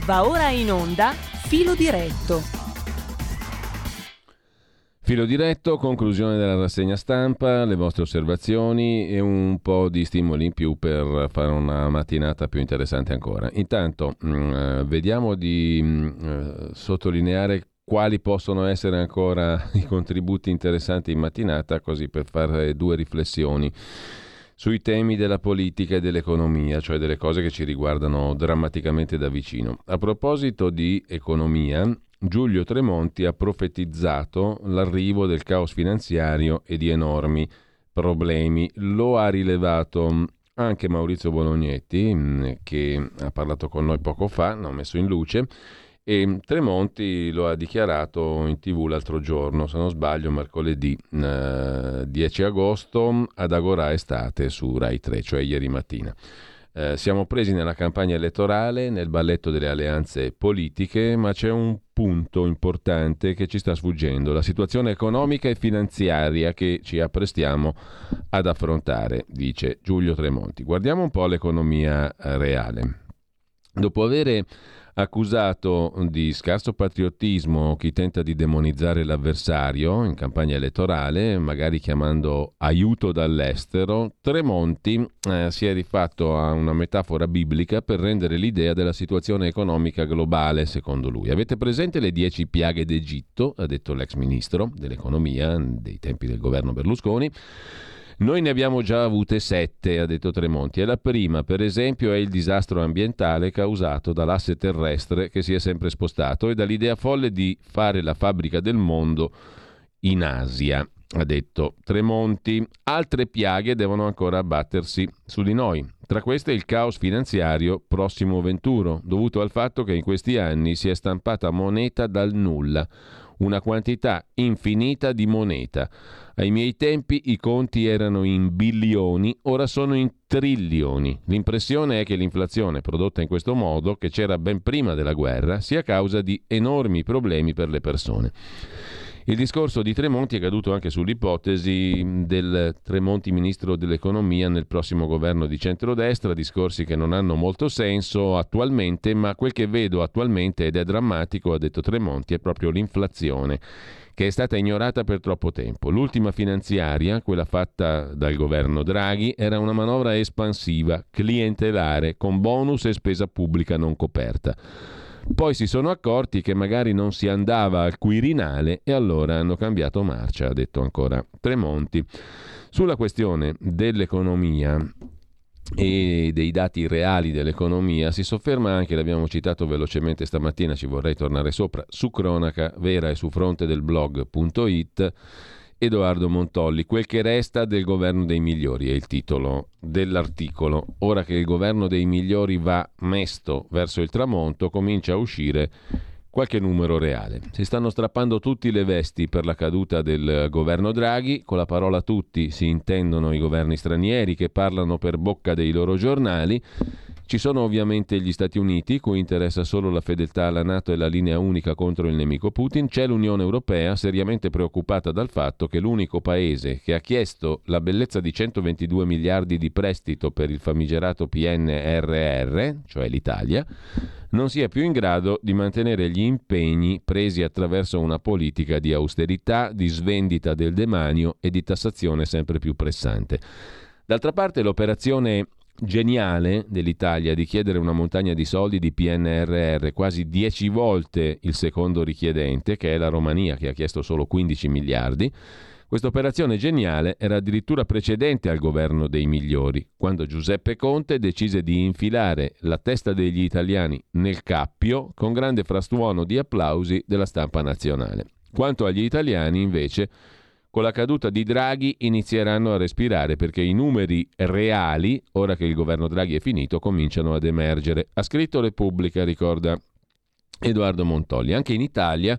Va ora in onda Filo Diretto. Filo diretto, conclusione della rassegna stampa, le vostre osservazioni e un po' di stimoli in più per fare una mattinata più interessante ancora. Intanto vediamo di sottolineare quali possono essere ancora i contributi interessanti in mattinata, così per fare due riflessioni sui temi della politica e dell'economia, cioè delle cose che ci riguardano drammaticamente da vicino. A proposito di economia, Giulio Tremonti ha profetizzato l'arrivo del caos finanziario e di enormi problemi. Lo ha rilevato anche Maurizio Bolognetti, che ha parlato con noi poco fa, l'ho messo in luce, e Tremonti lo ha dichiarato in TV l'altro giorno, se non sbaglio mercoledì 10 agosto ad Agorà Estate su Rai 3, cioè ieri mattina. Siamo presi nella campagna elettorale, nel balletto delle alleanze politiche, ma c'è un punto importante che ci sta sfuggendo, la situazione economica e finanziaria che ci apprestiamo ad affrontare, dice Giulio Tremonti. Guardiamo un po' l'economia reale. Dopo avere accusato di scarso patriottismo chi tenta di demonizzare l'avversario in campagna elettorale, magari chiamando aiuto dall'estero, Tremonti si è rifatto a una metafora biblica per rendere l'idea della situazione economica globale, secondo lui. Avete presente le 10 piaghe d'Egitto, ha detto l'ex ministro dell'economia dei tempi del governo Berlusconi. Noi ne abbiamo già avute 7, ha detto Tremonti, e la prima, per esempio, è il disastro ambientale causato dall'asse terrestre che si è sempre spostato e dall'idea folle di fare la fabbrica del mondo in Asia, ha detto Tremonti. Altre piaghe devono ancora abbattersi su di noi. Tra queste il caos finanziario prossimo venturo, dovuto al fatto che in questi anni si è stampata moneta dal nulla, una quantità infinita di moneta. Ai miei tempi i conti erano in bilioni, ora sono in trilioni. L'impressione è che l'inflazione prodotta in questo modo, che c'era ben prima della guerra, sia causa di enormi problemi per le persone. Il discorso di Tremonti è caduto anche sull'ipotesi del Tremonti ministro dell'economia nel prossimo governo di centrodestra, discorsi che non hanno molto senso attualmente, ma quel che vedo attualmente, ed è drammatico, ha detto Tremonti, è proprio l'inflazione, che è stata ignorata per troppo tempo. L'ultima finanziaria, quella fatta dal governo Draghi, era una manovra espansiva, clientelare, con bonus e spesa pubblica non coperta. Poi si sono accorti che magari non si andava al Quirinale e allora hanno cambiato marcia, ha detto ancora Tremonti. Sulla questione dell'economia e dei dati reali dell'economia si sofferma anche, l'abbiamo citato velocemente stamattina, ci vorrei tornare sopra, su Cronaca Vera e su fronte del blog.it, Edoardo Montolli. Quel che resta del governo dei migliori è il titolo dell'articolo. Ora che il governo dei migliori va mesto verso il tramonto, comincia a uscire qualche numero reale. Si stanno strappando tutti le vesti per la caduta del governo Draghi. Con la parola tutti si intendono i governi stranieri che parlano per bocca dei loro giornali. Ci sono ovviamente gli Stati Uniti, cui interessa solo la fedeltà alla NATO e la linea unica contro il nemico Putin. C'è l'Unione Europea, seriamente preoccupata dal fatto che l'unico paese che ha chiesto la bellezza di 122 miliardi di prestito per il famigerato PNRR, cioè l'Italia, non sia più in grado di mantenere gli impegni presi attraverso una politica di austerità, di svendita del demanio e di tassazione sempre più pressante. D'altra parte l'operazione geniale dell'Italia di chiedere una montagna di soldi di PNRR, quasi 10 volte il secondo richiedente, che è la Romania, che ha chiesto solo 15 miliardi. Questa operazione geniale era addirittura precedente al governo dei migliori, quando Giuseppe Conte decise di infilare la testa degli italiani nel cappio con grande frastuono di applausi della stampa nazionale. Quanto agli italiani, invece, con la caduta di Draghi inizieranno a respirare, perché i numeri reali, ora che il governo Draghi è finito, cominciano ad emergere. Ha scritto Repubblica, ricorda Edoardo Montolli. Anche in Italia,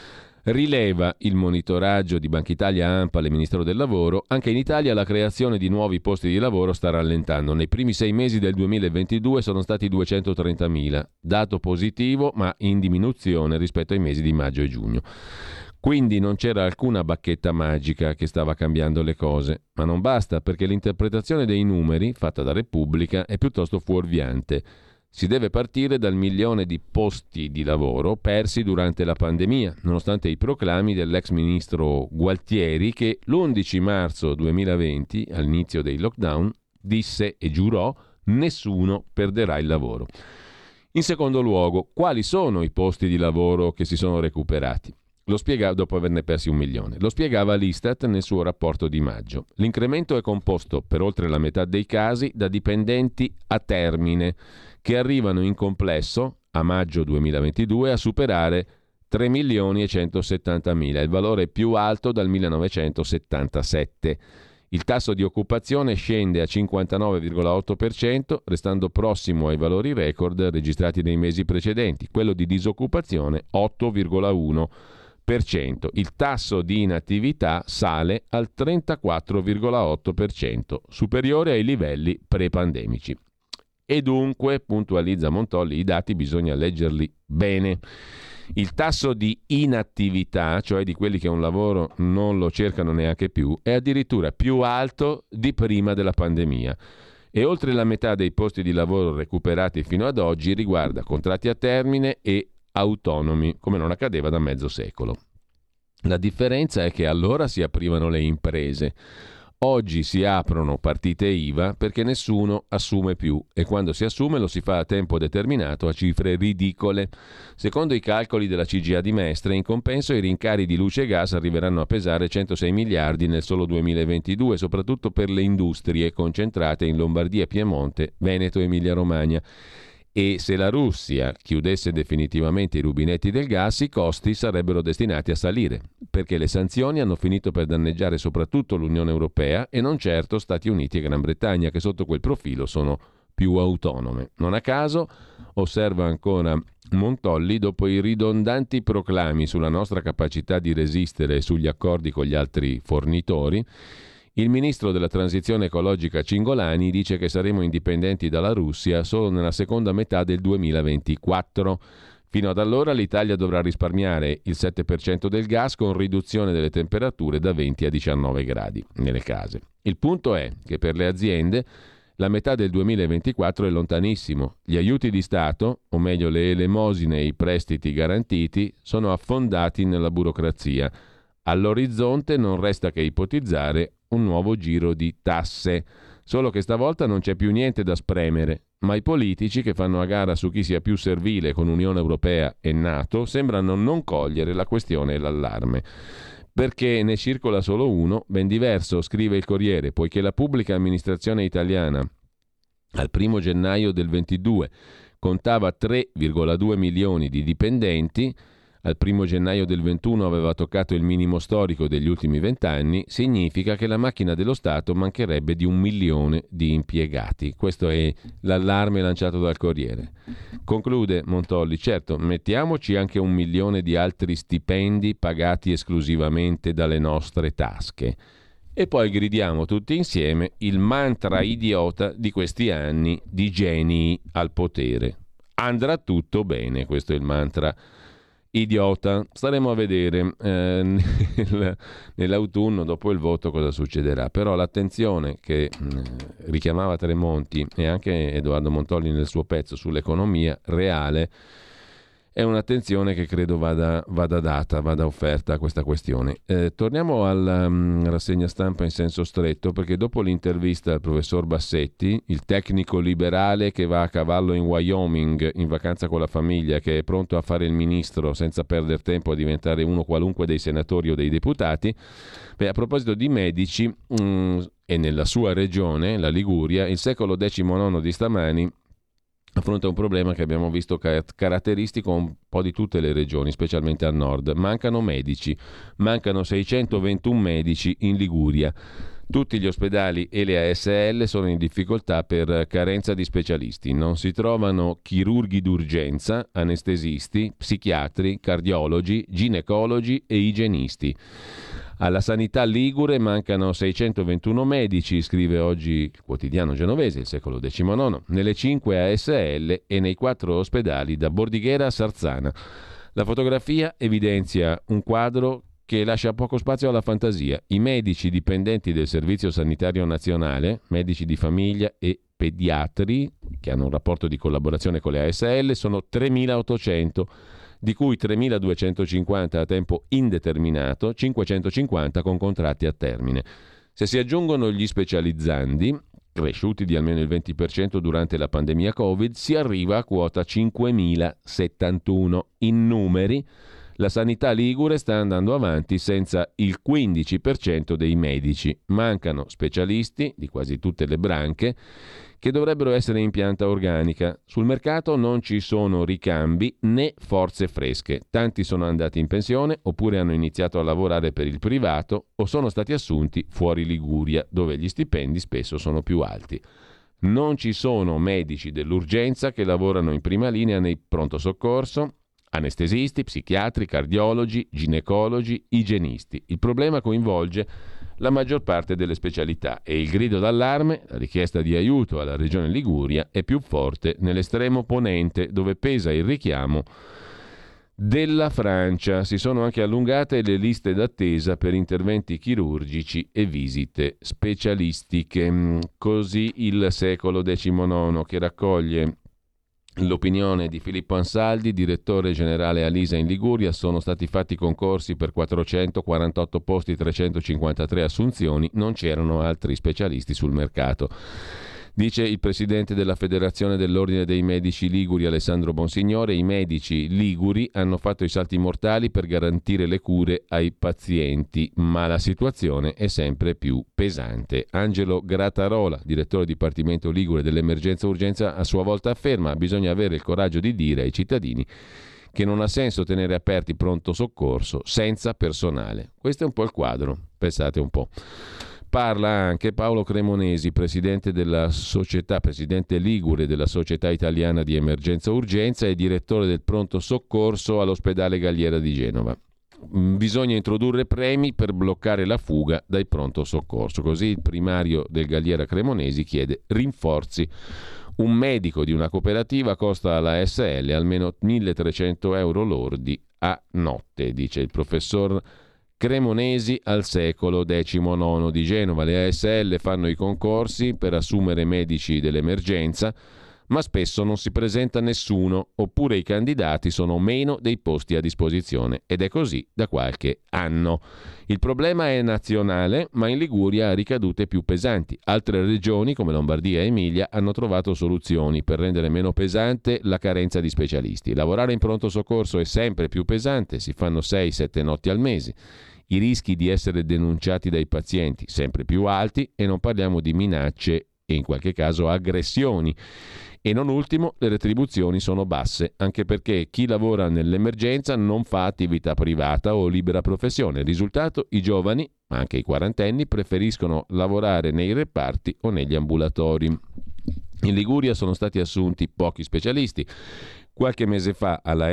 rileva il monitoraggio di Banca Italia, ANPAL e Ministero del Lavoro, anche in Italia la creazione di nuovi posti di lavoro sta rallentando. Nei primi 6 mesi del 2022 sono stati 230.000, dato positivo ma in diminuzione rispetto ai mesi di maggio e giugno. Quindi non c'era alcuna bacchetta magica che stava cambiando le cose, ma non basta, perché l'interpretazione dei numeri fatta da Repubblica è piuttosto fuorviante. Si deve partire dal 1 milione di posti di lavoro persi durante la pandemia, nonostante i proclami dell'ex ministro Gualtieri che l'11 marzo 2020, all'inizio dei lockdown, disse e giurò: nessuno perderà il lavoro. In secondo luogo, quali sono i posti di lavoro che si sono recuperati? Lo spiegava, dopo averne persi 1 milione. Lo spiegava l'Istat nel suo rapporto di maggio. L'incremento è composto, per oltre la metà dei casi, da dipendenti a termine, che arrivano in complesso, a maggio 2022, a superare 3 milioni e 170 mila, il valore più alto dal 1977. Il tasso di occupazione scende a 59,8%, restando prossimo ai valori record registrati nei mesi precedenti. Quello di disoccupazione 8,1%. Il tasso di inattività sale al 34,8%, superiore ai livelli pre-pandemici. E dunque, puntualizza Montolli, i dati bisogna leggerli bene. Il tasso di inattività, cioè di quelli che un lavoro non lo cercano neanche più, è addirittura più alto di prima della pandemia. E oltre la metà dei posti di lavoro recuperati fino ad oggi riguarda contratti a termine e autonomi, come non accadeva da mezzo secolo. La differenza è che allora si aprivano le imprese. Oggi si aprono partite IVA perché nessuno assume più e quando si assume lo si fa a tempo determinato a cifre ridicole. Secondo i calcoli della CGIA di Mestre, in compenso i rincari di luce e gas arriveranno a pesare 106 miliardi nel solo 2022, soprattutto per le industrie concentrate in Lombardia, Piemonte, Veneto e Emilia-Romagna. E se la Russia chiudesse definitivamente i rubinetti del gas, i costi sarebbero destinati a salire, perché le sanzioni hanno finito per danneggiare soprattutto l'Unione Europea e non certo Stati Uniti e Gran Bretagna, che sotto quel profilo sono più autonome. Non a caso, osserva ancora Montolli, dopo i ridondanti proclami sulla nostra capacità di resistere e sugli accordi con gli altri fornitori, il ministro della transizione ecologica Cingolani dice che saremo indipendenti dalla Russia solo nella seconda metà del 2024. Fino ad allora l'Italia dovrà risparmiare il 7% del gas con riduzione delle temperature da 20 a 19 gradi nelle case. Il punto è che per le aziende la metà del 2024 è lontanissimo. Gli aiuti di Stato, o meglio le elemosine e i prestiti garantiti, sono affondati nella burocrazia. All'orizzonte non resta che ipotizzare un nuovo giro di tasse, solo che stavolta non c'è più niente da spremere, ma i politici che fanno a gara su chi sia più servile con Unione Europea e NATO sembrano non cogliere la questione e l'allarme. Perché ne circola solo uno, ben diverso, scrive il Corriere, poiché la pubblica amministrazione italiana al 1 gennaio del 22 contava 3,2 milioni di dipendenti, al 1 gennaio del 21 aveva toccato il minimo storico degli ultimi 20 anni, significa che la macchina dello Stato mancherebbe di 1 milione di impiegati. Questo è l'allarme lanciato dal Corriere. Conclude Montolli, certo, mettiamoci anche 1 milione di altri stipendi pagati esclusivamente dalle nostre tasche. E poi gridiamo tutti insieme il mantra idiota di questi anni di genii al potere. Andrà tutto bene, questo è il mantra idiota. Staremo a vedere nell'autunno, dopo il voto, cosa succederà. Però l'attenzione che richiamava Tremonti e anche Edoardo Montolli nel suo pezzo sull'economia reale è un'attenzione che credo vada data, vada offerta a questa questione. Torniamo alla rassegna stampa in senso stretto, perché dopo l'intervista al professor Bassetti, il tecnico liberale che va a cavallo in Wyoming in vacanza con la famiglia, che è pronto a fare il ministro senza perdere tempo a diventare uno qualunque dei senatori o dei deputati, a proposito di medici, e nella sua regione, la Liguria, il secolo XIX di stamani affronta un problema che abbiamo visto caratteristico un po' di tutte le regioni, specialmente al nord. Mancano medici, mancano 621 medici in Liguria. Tutti gli ospedali e le ASL sono in difficoltà per carenza di specialisti. Non si trovano chirurghi d'urgenza, anestesisti, psichiatri, cardiologi, ginecologi e igienisti. Alla sanità ligure mancano 621 medici, scrive oggi il quotidiano genovese, il secolo XIX, nelle 5 ASL e nei 4 ospedali da Bordighera a Sarzana. La fotografia evidenzia un quadro che lascia poco spazio alla fantasia. I medici dipendenti del Servizio Sanitario Nazionale, medici di famiglia e pediatri che hanno un rapporto di collaborazione con le ASL sono 3.800, di cui 3.250 a tempo indeterminato, 550 con contratti a termine. Se si aggiungono gli specializzandi, cresciuti di almeno il 20% durante la pandemia Covid, si arriva a quota 5.071. In numeri, la sanità ligure sta andando avanti senza il 15% dei medici. Mancano specialisti di quasi tutte le branche che dovrebbero essere in pianta organica. Sul mercato non ci sono ricambi né forze fresche. Tanti sono andati in pensione oppure hanno iniziato a lavorare per il privato o sono stati assunti fuori Liguria, dove gli stipendi spesso sono più alti. Non ci sono medici dell'urgenza che lavorano in prima linea nei pronto soccorso, anestesisti, psichiatri, cardiologi, ginecologi, igienisti. Il problema coinvolge la maggior parte delle specialità e il grido d'allarme, la richiesta di aiuto alla regione Liguria, è più forte nell'estremo ponente, dove pesa il richiamo della Francia. Si sono anche allungate le liste d'attesa per interventi chirurgici e visite specialistiche. Così il Secolo XIX, che raccoglie l'opinione di Filippo Ansaldi, direttore generale Alisa in Liguria. Sono stati fatti concorsi per 448 posti, 353 assunzioni, non c'erano altri specialisti sul mercato. Dice il presidente della Federazione dell'Ordine dei Medici Liguri, Alessandro Bonsignore: i medici liguri hanno fatto i salti mortali per garantire le cure ai pazienti, ma la situazione è sempre più pesante. Angelo Gratarola, direttore Dipartimento Ligure dell'Emergenza Urgenza, a sua volta afferma: bisogna avere il coraggio di dire ai cittadini che non ha senso tenere aperti pronto soccorso senza personale. Questo è un po' il quadro, pensate un po'. Parla anche Paolo Cremonesi, presidente ligure della Società Italiana di Emergenza Urgenza e direttore del pronto soccorso all'ospedale Galliera di Genova. Bisogna introdurre premi per bloccare la fuga dai pronto soccorso. Così il primario del Galliera Cremonesi chiede rinforzi. Un medico di una cooperativa costa alla ASL almeno 1.300 euro lordi a notte, dice il professor Cremonesi al Secolo XIX di Genova. Le ASL fanno i concorsi per assumere medici dell'emergenza, ma spesso non si presenta nessuno, oppure i candidati sono meno dei posti a disposizione, ed è così da qualche anno. Il problema è nazionale, ma in Liguria ha ricadute più pesanti. Altre regioni, come Lombardia e Emilia, hanno trovato soluzioni per rendere meno pesante la carenza di specialisti. Lavorare in pronto soccorso è sempre più pesante, si fanno 6-7 notti al mese. I rischi di essere denunciati dai pazienti sempre più alti, e non parliamo di minacce e in qualche caso aggressioni. E non ultimo, le retribuzioni sono basse, anche perché chi lavora nell'emergenza non fa attività privata o libera professione. Il risultato: i giovani, ma anche i quarantenni, preferiscono lavorare nei reparti o negli ambulatori. In Liguria sono stati assunti pochi specialisti. Qualche mese fa alla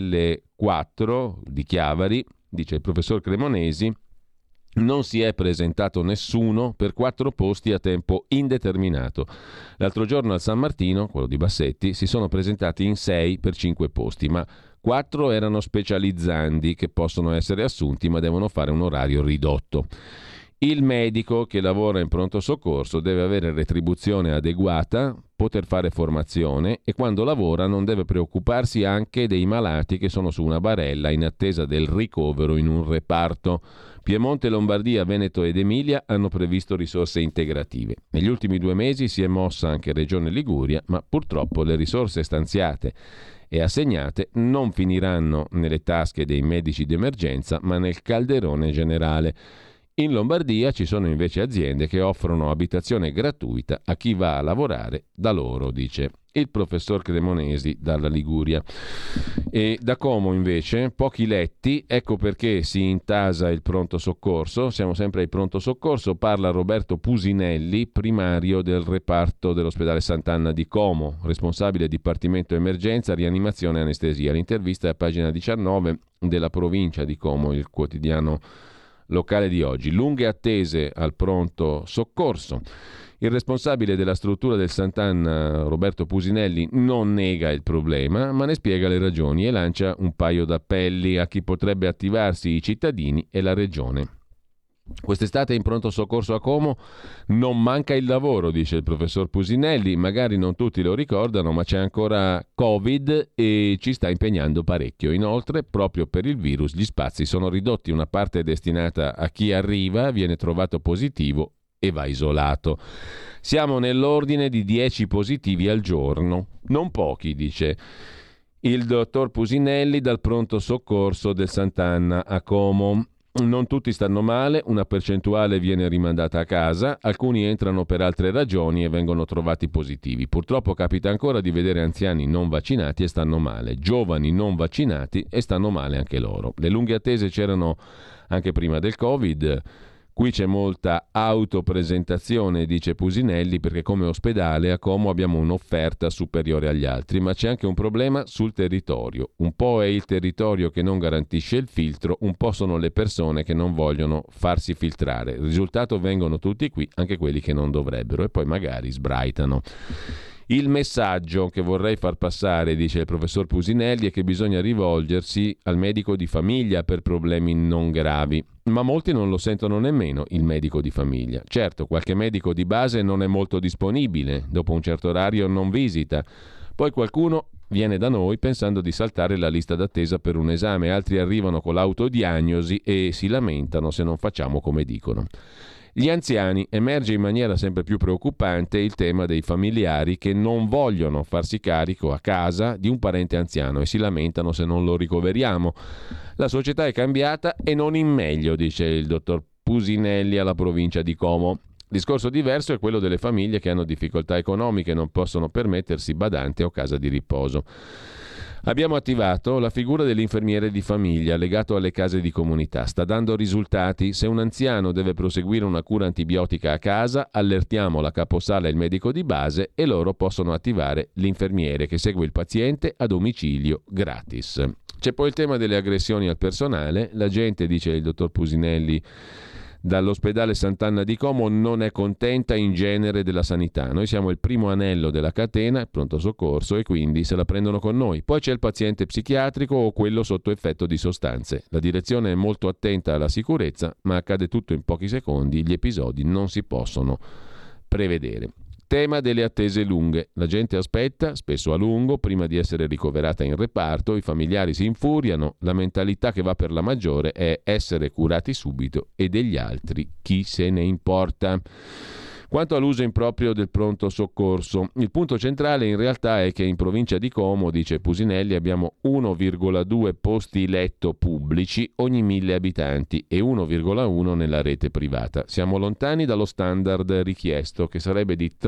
SL4 di Chiavari, dice il professor Cremonesi, non si è presentato nessuno per 4 posti a tempo indeterminato. L'altro giorno al San Martino, quello di Bassetti, si sono presentati in 6 per 5 posti, ma 4 erano specializzandi che possono essere assunti ma devono fare un orario ridotto. Il medico che lavora in pronto soccorso deve avere retribuzione adeguata, poter fare formazione e quando lavora non deve preoccuparsi anche dei malati che sono su una barella in attesa del ricovero in un reparto. Piemonte, Lombardia, Veneto ed Emilia hanno previsto risorse integrative. Negli ultimi 2 mesi si è mossa anche Regione Liguria, ma purtroppo le risorse stanziate e assegnate non finiranno nelle tasche dei medici d'emergenza, ma nel calderone generale. In Lombardia ci sono invece aziende che offrono abitazione gratuita a chi va a lavorare da loro, dice il professor Cremonesi dalla Liguria. E da Como invece pochi letti, ecco perché si intasa il pronto soccorso. Siamo sempre ai pronto soccorso, parla Roberto Pusinelli, primario del reparto dell'ospedale Sant'Anna di Como, responsabile dipartimento emergenza, rianimazione e anestesia. L'intervista è a pagina 19 della Provincia di Como, il quotidiano locale di oggi. Lunghe attese al pronto soccorso. Il responsabile della struttura del Sant'Anna, Roberto Pusinelli, non nega il problema, ma ne spiega le ragioni e lancia un paio d'appelli a chi potrebbe attivarsi: i cittadini e la regione. Quest'estate in pronto soccorso a Como non manca il lavoro, dice il professor Pusinelli, magari non tutti lo ricordano, ma c'è ancora Covid e ci sta impegnando parecchio. Inoltre, proprio per il virus, gli spazi sono ridotti, una parte è destinata a chi arriva, viene trovato positivo e va isolato. Siamo nell'ordine di 10 positivi al giorno, non pochi, dice il dottor Pusinelli dal pronto soccorso del Sant'Anna a Como. Non tutti stanno male, una percentuale viene rimandata a casa, alcuni entrano per altre ragioni e vengono trovati positivi. Purtroppo capita ancora di vedere anziani non vaccinati e stanno male, giovani non vaccinati e stanno male anche loro. Le lunghe attese c'erano anche prima del Covid. Qui c'è molta autopresentazione, dice Pusinelli, perché come ospedale a Como abbiamo un'offerta superiore agli altri, ma c'è anche un problema sul territorio. Un po' è il territorio che non garantisce il filtro, un po' sono le persone che non vogliono farsi filtrare. Il risultato: vengono tutti qui, anche quelli che non dovrebbero, e poi magari sbraitano. Il messaggio che vorrei far passare, dice il professor Pusinelli, è che bisogna rivolgersi al medico di famiglia per problemi non gravi, ma molti non lo sentono nemmeno il medico di famiglia. Certo, qualche medico di base non è molto disponibile, dopo un certo orario non visita, poi qualcuno viene da noi pensando di saltare la lista d'attesa per un esame, altri arrivano con l'autodiagnosi e si lamentano se non facciamo come dicono. Gli anziani: emerge in maniera sempre più preoccupante il tema dei familiari che non vogliono farsi carico a casa di un parente anziano e si lamentano se non lo ricoveriamo. La società è cambiata e non in meglio, dice il dottor Pusinelli alla provincia di Como. Discorso diverso è quello delle famiglie che hanno difficoltà economiche e non possono permettersi badante o casa di riposo. Abbiamo attivato la figura dell'infermiere di famiglia legato alle case di comunità. Sta dando risultati. Se un anziano deve proseguire una cura antibiotica a casa, allertiamo la caposala e il medico di base e loro possono attivare l'infermiere che segue il paziente a domicilio gratis. C'è poi il tema delle aggressioni al personale. La gente, dice il dottor Pusinelli, dall'ospedale Sant'Anna di Como non è contenta in genere della sanità. Noi siamo il primo anello della catena, il pronto soccorso, e quindi se la prendono con noi. Poi c'è il paziente psichiatrico o quello sotto effetto di sostanze. La direzione è molto attenta alla sicurezza, ma accade tutto in pochi secondi, gli episodi non si possono prevedere. Tema delle attese lunghe. La gente aspetta, spesso a lungo, prima di essere ricoverata in reparto, i familiari si infuriano, la mentalità che va per la maggiore è essere curati subito e degli altri chi se ne importa. Quanto all'uso improprio del pronto soccorso, il punto centrale in realtà è che in provincia di Como, dice Pusinelli, abbiamo 1,2 posti letto pubblici ogni 1000 abitanti e 1,1 nella rete privata. Siamo lontani dallo standard richiesto, che sarebbe di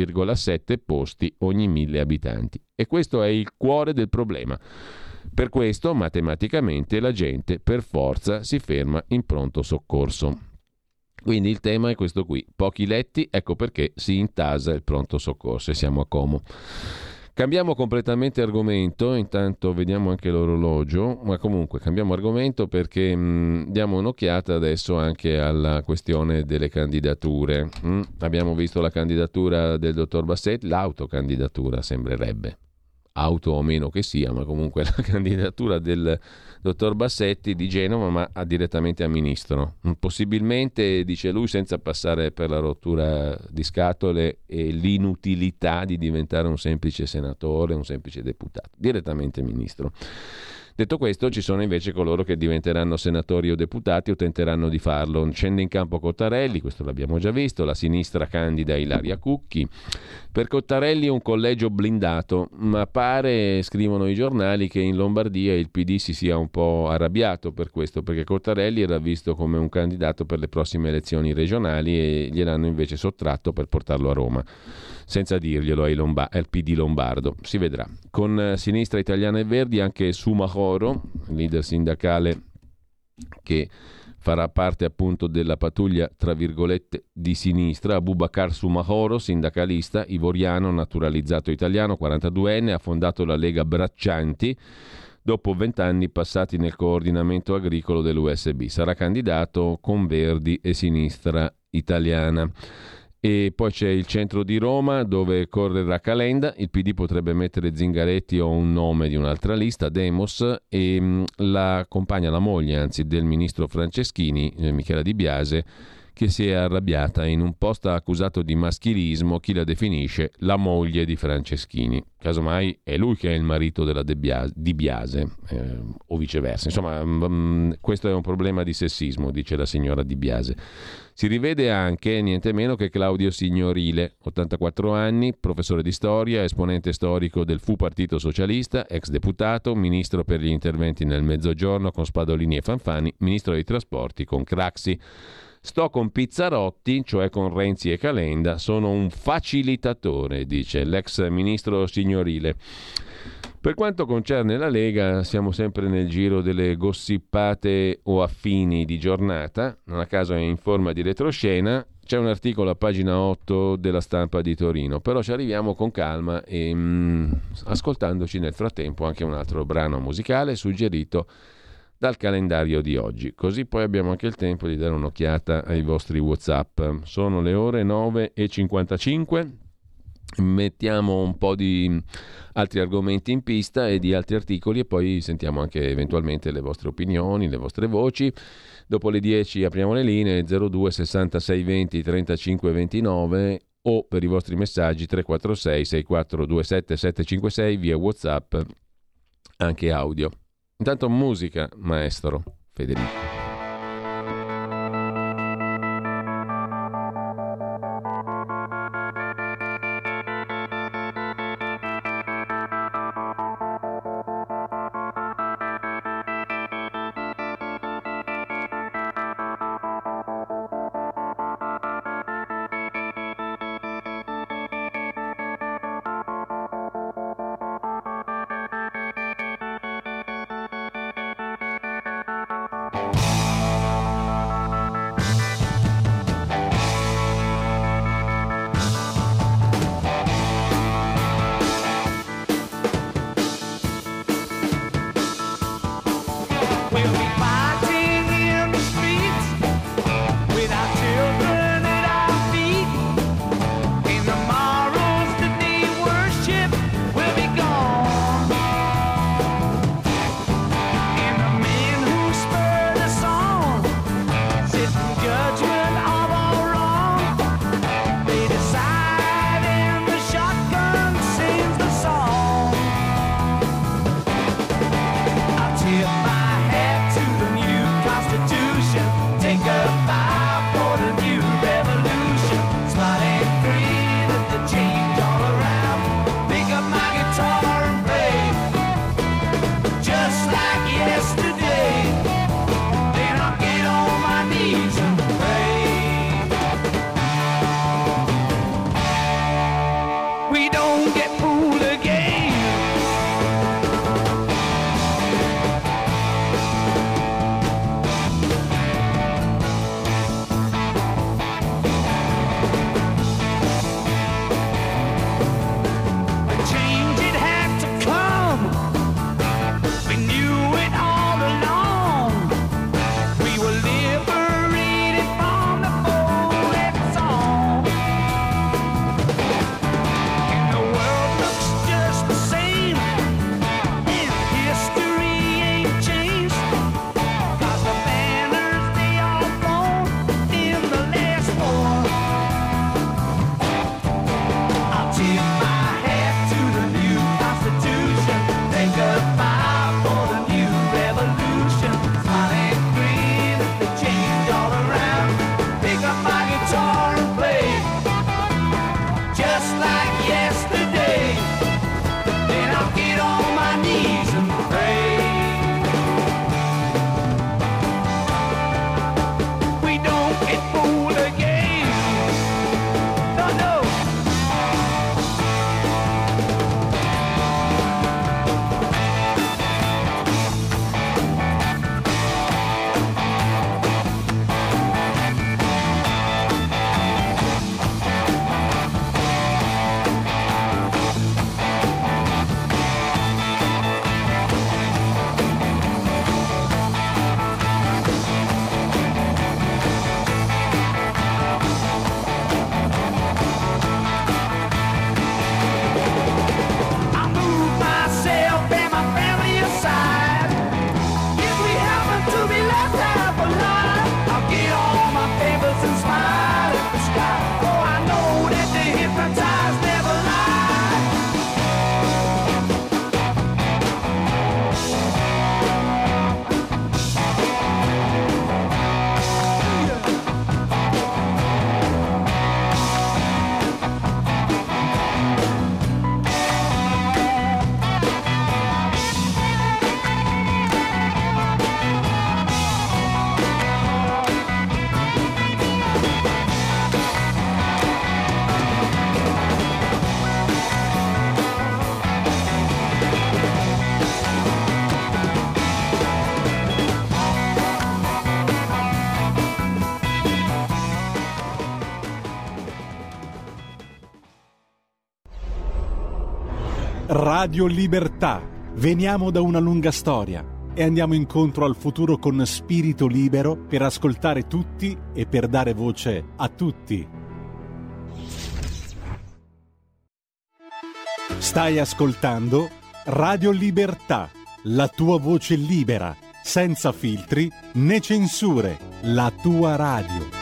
3,7 posti ogni 1000 abitanti. E questo è il cuore del problema. Per questo, matematicamente, la gente per forza si ferma in pronto soccorso. Quindi il tema è questo qui: pochi letti, ecco perché si intasa il pronto soccorso e siamo a Como. Cambiamo completamente argomento, intanto vediamo anche l'orologio, ma comunque cambiamo argomento perché diamo un'occhiata adesso anche alla questione delle candidature. Abbiamo visto la candidatura del dottor Bassetti, l'autocandidatura sembrerebbe, auto o meno che sia, ma comunque la candidatura del dottor Bassetti di Genova, ma direttamente a ministro, possibilmente, dice lui, senza passare per la rottura di scatole e l'inutilità di diventare un semplice senatore, un semplice deputato, direttamente ministro. Detto questo, ci sono invece coloro che diventeranno senatori o deputati o tenteranno di farlo. Scende in campo Cottarelli, questo l'abbiamo già visto, la sinistra candida Ilaria Cucchi. Per Cottarelli è un collegio blindato, ma pare, scrivono i giornali, che in Lombardia il PD si sia un po' arrabbiato per questo, perché Cottarelli era visto come un candidato per le prossime elezioni regionali e gliel'hanno invece sottratto per portarlo a Roma, senza dirglielo al PD lombardo. Si vedrà. Con Sinistra Italiana e Verdi anche Sumahoro, leader sindacale che farà parte appunto della pattuglia tra virgolette di sinistra. Abubakar Sumahoro, sindacalista ivoriano, naturalizzato italiano, 42enne, ha fondato la Lega Braccianti dopo 20 anni passati nel coordinamento agricolo dell'USB. Sarà candidato con Verdi e Sinistra Italiana. E poi c'è il centro di Roma dove correrà Calenda, il PD potrebbe mettere Zingaretti o un nome di un'altra lista, Demos, e la compagna, la moglie anzi del ministro Franceschini, Michela Di Biase, che si è arrabbiata. In un post ha accusato di maschilismo chi la definisce la moglie di Franceschini. Casomai è lui che è il marito della Di Biase, o viceversa. Insomma, questo è un problema di sessismo, dice la signora Di Biase. Si rivede anche niente meno che Claudio Signorile, 84 anni, professore di storia, esponente storico del Fu Partito Socialista, ex deputato, ministro per gli interventi nel Mezzogiorno con Spadolini e Fanfani, ministro dei trasporti con Craxi. Sto con Pizzarotti, cioè con Renzi e Calenda, sono un facilitatore, dice l'ex ministro Signorile. Per quanto concerne la Lega, siamo sempre nel giro delle gossipate o affini di giornata, non a caso è in forma di retroscena. C'è un articolo a pagina 8 della Stampa di Torino, però ci arriviamo con calma e ascoltandoci nel frattempo anche un altro brano musicale suggerito dal calendario di oggi, così poi abbiamo anche il tempo di dare un'occhiata ai vostri WhatsApp. Sono le ore 9:55, mettiamo un po' di altri argomenti in pista e di altri articoli e poi sentiamo anche eventualmente le vostre opinioni, le vostre voci. Dopo le 10 apriamo le linee 02 66 20 35 29 o per i vostri messaggi 346 6427 756 via WhatsApp, anche audio. Intanto musica, maestro Federico. Radio Libertà. Veniamo da una lunga storia e andiamo incontro al futuro con spirito libero per ascoltare tutti e per dare voce a tutti. Stai ascoltando Radio Libertà, la tua voce libera, senza filtri né censure, la tua radio.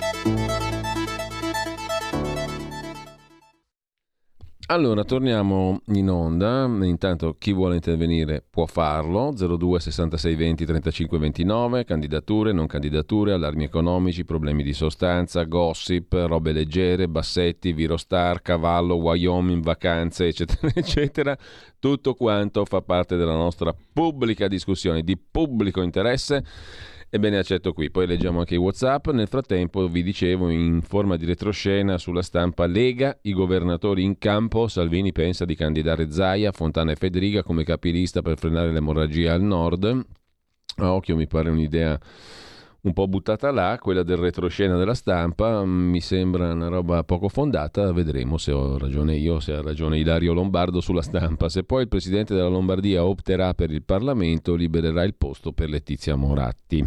Allora, torniamo in onda. Intanto chi vuole intervenire può farlo. 02 66 20 35 29, candidature, non candidature, allarmi economici, problemi di sostanza, gossip, robe leggere, Bassetti, Virostar, Cavallo, Wyoming, vacanze, eccetera, eccetera. Tutto quanto fa parte della nostra pubblica discussione, di pubblico interesse. Ebbene, accetto qui, poi leggiamo anche i WhatsApp. Nel frattempo vi dicevo in forma di retroscena sulla stampa Lega, i governatori in campo, Salvini pensa di candidare Zaia, Fontana e Federica come capilista per frenare l'emorragia al nord. A occhio mi pare un'idea un po' buttata là, quella del retroscena della stampa, mi sembra una roba poco fondata, vedremo se ho ragione io, se ha ragione Ilario Lombardo sulla stampa. Se poi il presidente della Lombardia opterà per il Parlamento, libererà il posto per Letizia Moratti.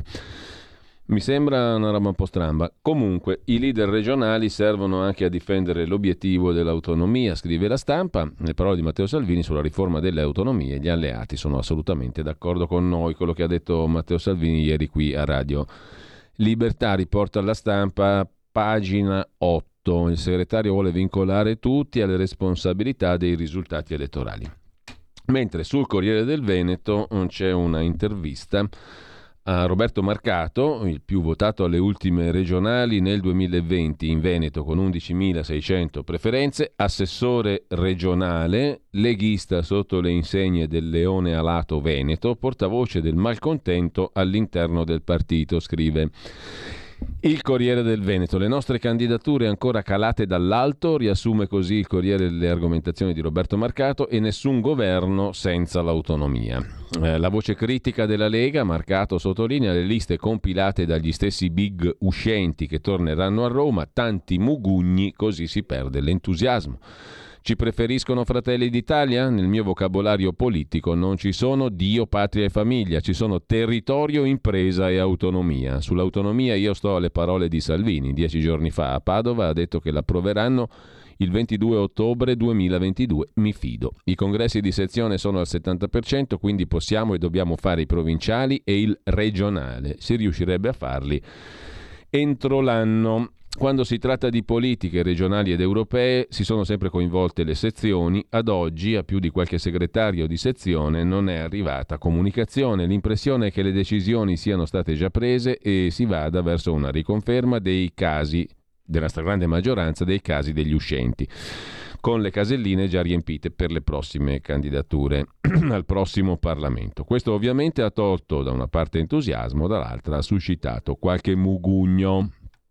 Mi sembra una roba un po' stramba. Comunque, i leader regionali servono anche a difendere l'obiettivo dell'autonomia, scrive la stampa. Le parole di Matteo Salvini sulla riforma delle autonomie, gli alleati sono assolutamente d'accordo con noi, quello che ha detto Matteo Salvini ieri qui a Radio Libertà. Riporta alla stampa, pagina 8. Il segretario vuole vincolare tutti alle responsabilità dei risultati elettorali. Mentre sul Corriere del Veneto c'è una intervista a Roberto Marcato, il più votato alle ultime regionali nel 2020 in Veneto con 11.600 preferenze, assessore regionale, leghista sotto le insegne del Leone Alato Veneto, portavoce del malcontento all'interno del partito, scrive il Corriere del Veneto. Le nostre candidature ancora calate dall'alto, riassume così il Corriere le argomentazioni di Roberto Marcato, e nessun governo senza l'autonomia. La voce critica della Lega, Marcato sottolinea le liste compilate dagli stessi big uscenti che torneranno a Roma, tanti mugugni, così si perde l'entusiasmo. Ci preferiscono Fratelli d'Italia? Nel mio vocabolario politico non ci sono Dio, patria e famiglia, ci sono territorio, impresa e autonomia. Sull'autonomia io sto alle parole di Salvini. 10 giorni fa a Padova ha detto che l'approveranno il 22 ottobre 2022. Mi fido. I congressi di sezione sono al 70%, quindi possiamo e dobbiamo fare i provinciali e il regionale. Si riuscirebbe a farli entro l'anno. Quando si tratta di politiche regionali ed europee si sono sempre coinvolte le sezioni. Ad oggi a più di qualche segretario di sezione non è arrivata comunicazione. L'impressione è che le decisioni siano state già prese e si vada verso una riconferma dei casi, della stragrande maggioranza dei casi degli uscenti, con le caselline già riempite per le prossime candidature al prossimo Parlamento. Questo ovviamente ha tolto da una parte entusiasmo, dall'altra ha suscitato qualche mugugno.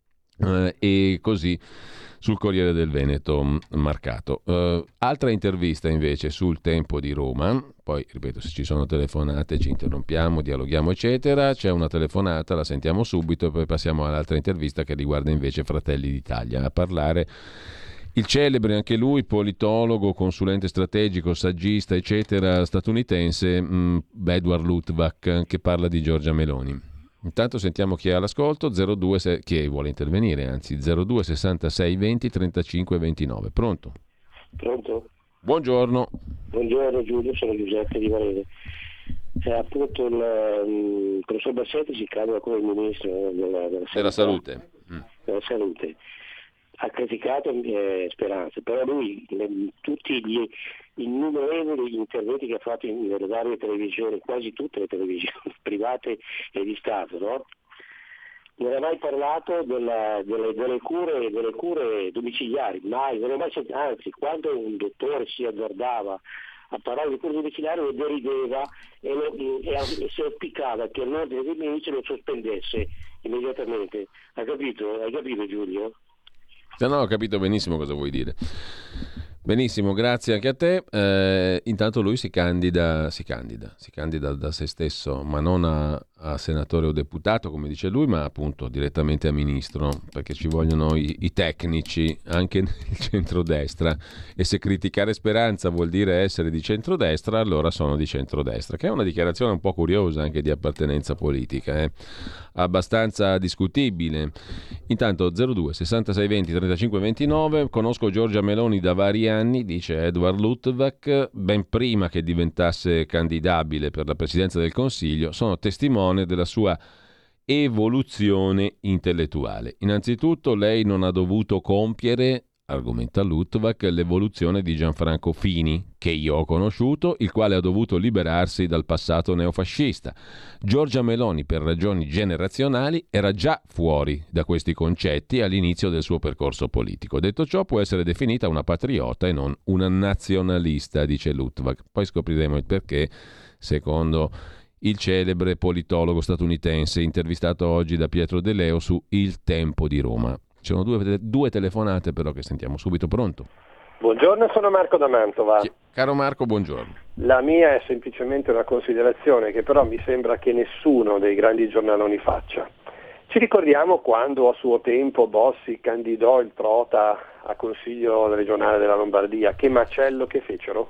E così sul Corriere del Veneto Marcato. Altra intervista invece sul Tempo di Roma, poi ripeto, se ci sono telefonate ci interrompiamo, dialoghiamo eccetera. C'è una telefonata, la sentiamo subito e poi passiamo all'altra intervista che riguarda invece Fratelli d'Italia. A parlare il celebre, anche lui, politologo, consulente strategico, saggista eccetera, statunitense, Edward Luttwak, che parla di Giorgia Meloni. Intanto sentiamo chi è all'ascolto, chi vuole intervenire, anzi 02 66 20 35 29. Pronto? Pronto? Buongiorno. Buongiorno Giulio, sono Giuseppe di Varese. Appunto il professor Bassetti si candida come ministro della salute. Della salute. Ha criticato Speranza, però lui tutti gli innumerevoli interventi che ha fatto nelle varie televisioni, quasi tutte le televisioni private e di Stato, no? Non ha mai parlato delle cure domiciliari, mai, non è mai sentito, anzi quando un dottore si azzardava a parlare di cure domiciliari lo derideva e si auspicava che l'ordine dei ministri lo sospendesse immediatamente. Hai capito Giulio? No, ho capito benissimo cosa vuoi dire. Benissimo, grazie anche a te. Intanto lui si candida da se stesso, ma non a senatore o deputato, come dice lui, ma appunto direttamente a ministro, perché ci vogliono i tecnici anche nel centrodestra, e se criticare Speranza vuol dire essere di centrodestra, allora sono di centrodestra, che è una dichiarazione un po' curiosa anche di appartenenza politica, abbastanza discutibile. Intanto 02 66 20 35 29, conosco Giorgia Meloni da vari anni, dice Edward Luttwak, ben prima che diventasse candidabile per la presidenza del Consiglio, sono testimone della sua evoluzione intellettuale. Innanzitutto lei non ha dovuto compiere, argomenta Luttwak, l'evoluzione di Gianfranco Fini, che io ho conosciuto, il quale ha dovuto liberarsi dal passato neofascista. Giorgia Meloni, per ragioni generazionali, era già fuori da questi concetti all'inizio del suo percorso politico. Detto ciò, può essere definita una patriota e non una nazionalista, dice Luttwak. Poi scopriremo il perché, secondo il celebre politologo statunitense intervistato oggi da Pietro De Leo su Il Tempo di Roma. Ci sono due telefonate però che sentiamo subito. Pronto? Buongiorno, sono Marco da Mantova. Caro Marco, buongiorno. La mia è semplicemente una considerazione che però mi sembra che nessuno dei grandi giornaloni faccia. Ci ricordiamo quando a suo tempo Bossi candidò il Trota a Consiglio regionale della Lombardia, che macello che fecero?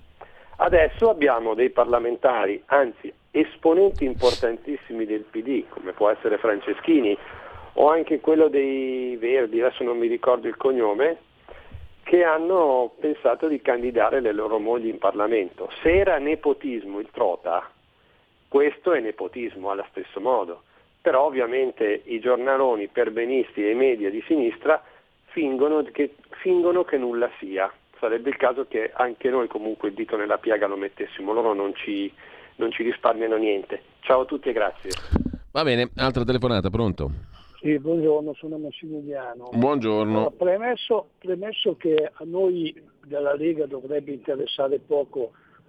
Adesso abbiamo dei parlamentari, anzi esponenti importantissimi del PD, come può essere Franceschini o anche quello dei Verdi, adesso non mi ricordo il cognome, che hanno pensato di candidare le loro mogli in Parlamento. Se era nepotismo il Trota, questo è nepotismo allo stesso modo. Però ovviamente i giornaloni perbenisti e i media di sinistra fingono che nulla sia. Sarebbe il caso che anche noi comunque il dito nella piaga lo mettessimo, loro non ci risparmiano niente. Ciao a tutti e grazie. Va bene, altra telefonata, pronto? Sì, buongiorno, sono Massimiliano. Buongiorno. Premesso che a noi della Lega dovrebbe interessare poco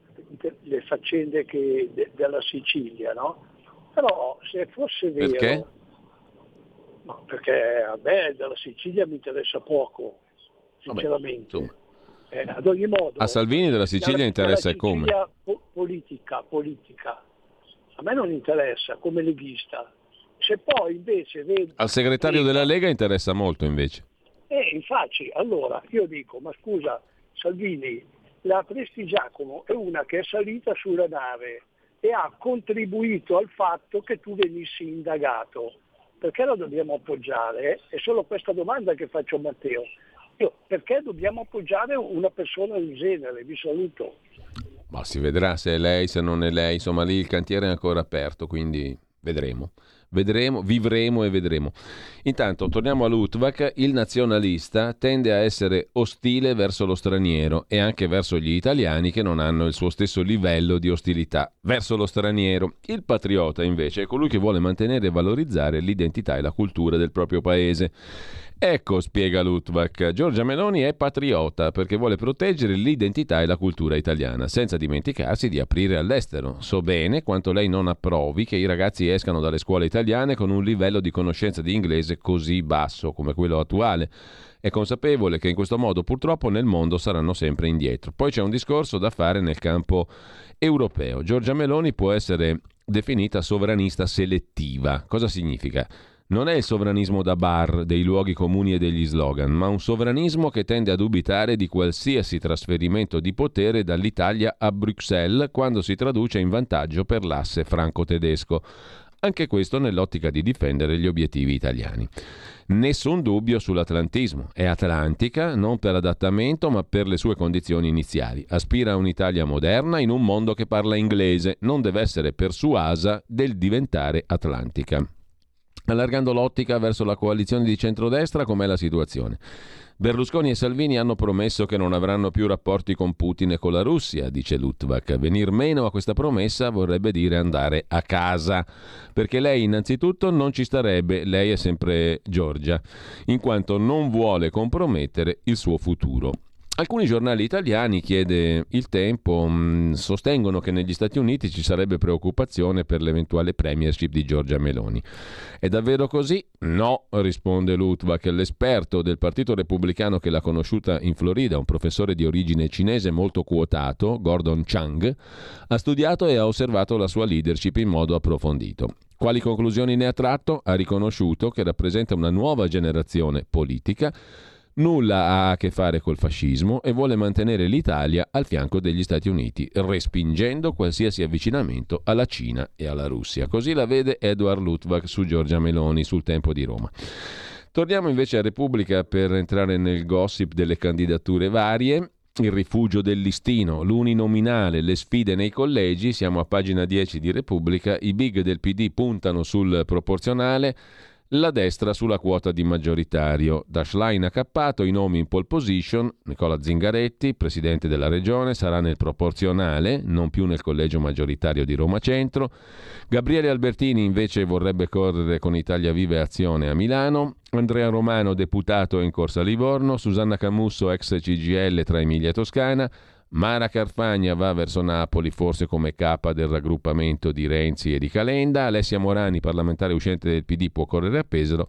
le faccende della Sicilia, no? Però se fosse vero... Perché? No, perché a me della Sicilia mi interessa poco, sinceramente. Vabbè, ad ogni modo... A Salvini della Sicilia interessa e come? Politica. A me non interessa come leghista. Se poi invece vedo... Al segretario della Lega interessa molto invece. Infatti, allora io dico, ma scusa Salvini, la Prestigiacomo è una che è salita sulla nave e ha contribuito al fatto che tu venissi indagato. Perché la dobbiamo appoggiare? È solo questa domanda che faccio a Matteo. Perché dobbiamo appoggiare una persona del genere? Vi saluto. Ma si vedrà se è lei, se non è lei, insomma lì il cantiere è ancora aperto, quindi vedremo, vivremo e vedremo. Intanto torniamo a Luttwak. Il nazionalista tende a essere ostile verso lo straniero e anche verso gli italiani che non hanno il suo stesso livello di ostilità verso lo straniero. Il patriota invece è colui che vuole mantenere e valorizzare l'identità e la cultura del proprio paese. Ecco, spiega Luttwak, Giorgia Meloni è patriota perché vuole proteggere l'identità e la cultura italiana, senza dimenticarsi di aprire all'estero. So bene quanto lei non approvi che i ragazzi escano dalle scuole italiane con un livello di conoscenza di inglese così basso come quello attuale. È consapevole che in questo modo purtroppo nel mondo saranno sempre indietro. Poi c'è un discorso da fare nel campo europeo. Giorgia Meloni può essere definita sovranista selettiva. Cosa significa? Non è il sovranismo da bar, dei luoghi comuni e degli slogan, ma un sovranismo che tende a dubitare di qualsiasi trasferimento di potere dall'Italia a Bruxelles quando si traduce in vantaggio per l'asse franco-tedesco. Anche questo nell'ottica di difendere gli obiettivi italiani. Nessun dubbio sull'atlantismo. È atlantica non per adattamento ma per le sue condizioni iniziali. Aspira a un'Italia moderna in un mondo che parla inglese. Non deve essere persuasa del diventare atlantica. Allargando l'ottica verso la coalizione di centrodestra, com'è la situazione? Berlusconi e Salvini hanno promesso che non avranno più rapporti con Putin e con la Russia, dice Luttwak. Venir meno a questa promessa vorrebbe dire andare a casa, perché lei innanzitutto non ci starebbe, lei è sempre Giorgia, in quanto non vuole compromettere il suo futuro. Alcuni giornali italiani, chiede Il Tempo, sostengono che negli Stati Uniti ci sarebbe preoccupazione per l'eventuale premiership di Giorgia Meloni. È davvero così? No, risponde Luttwak, l'esperto del Partito Repubblicano che l'ha conosciuta in Florida, un professore di origine cinese molto quotato, Gordon Chang, ha studiato e ha osservato la sua leadership in modo approfondito. Quali conclusioni ne ha tratto? Ha riconosciuto che rappresenta una nuova generazione politica, nulla ha a che fare col fascismo e vuole mantenere l'Italia al fianco degli Stati Uniti, respingendo qualsiasi avvicinamento alla Cina e alla Russia. Così la vede Edward Luttwak su Giorgia Meloni, sul Tempo di Roma. Torniamo invece a Repubblica per entrare nel gossip delle candidature varie. Il rifugio del listino, l'uninominale, le sfide nei collegi. Siamo a pagina 10 di Repubblica. I big del PD puntano sul proporzionale, la destra sulla quota di maggioritario. Da Schlein a Cappato i nomi in pole position: Nicola Zingaretti, presidente della regione, sarà nel proporzionale, non più nel collegio maggioritario di Roma Centro. Gabriele Albertini invece vorrebbe correre con Italia Viva e Azione a Milano. Andrea Romano, deputato, in corsa a Livorno. Susanna Camusso, ex CGIL, tra Emilia e Toscana. Mara Carfagna va verso Napoli, forse come capa del raggruppamento di Renzi e di Calenda. Alessia Morani, parlamentare uscente del PD, può correre a Pesaro.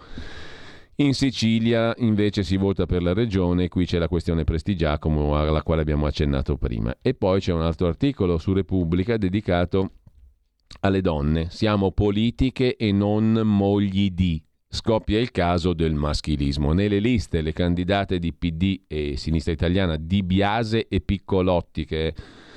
In Sicilia invece si vota per la regione, qui c'è la questione Prestigiacomo alla quale abbiamo accennato prima. E poi c'è un altro articolo su Repubblica dedicato alle donne. Siamo politiche e non mogli di. Scoppia il caso del maschilismo. Nelle liste le candidate di PD e Sinistra Italiana Di Biase e Piccolotti, che è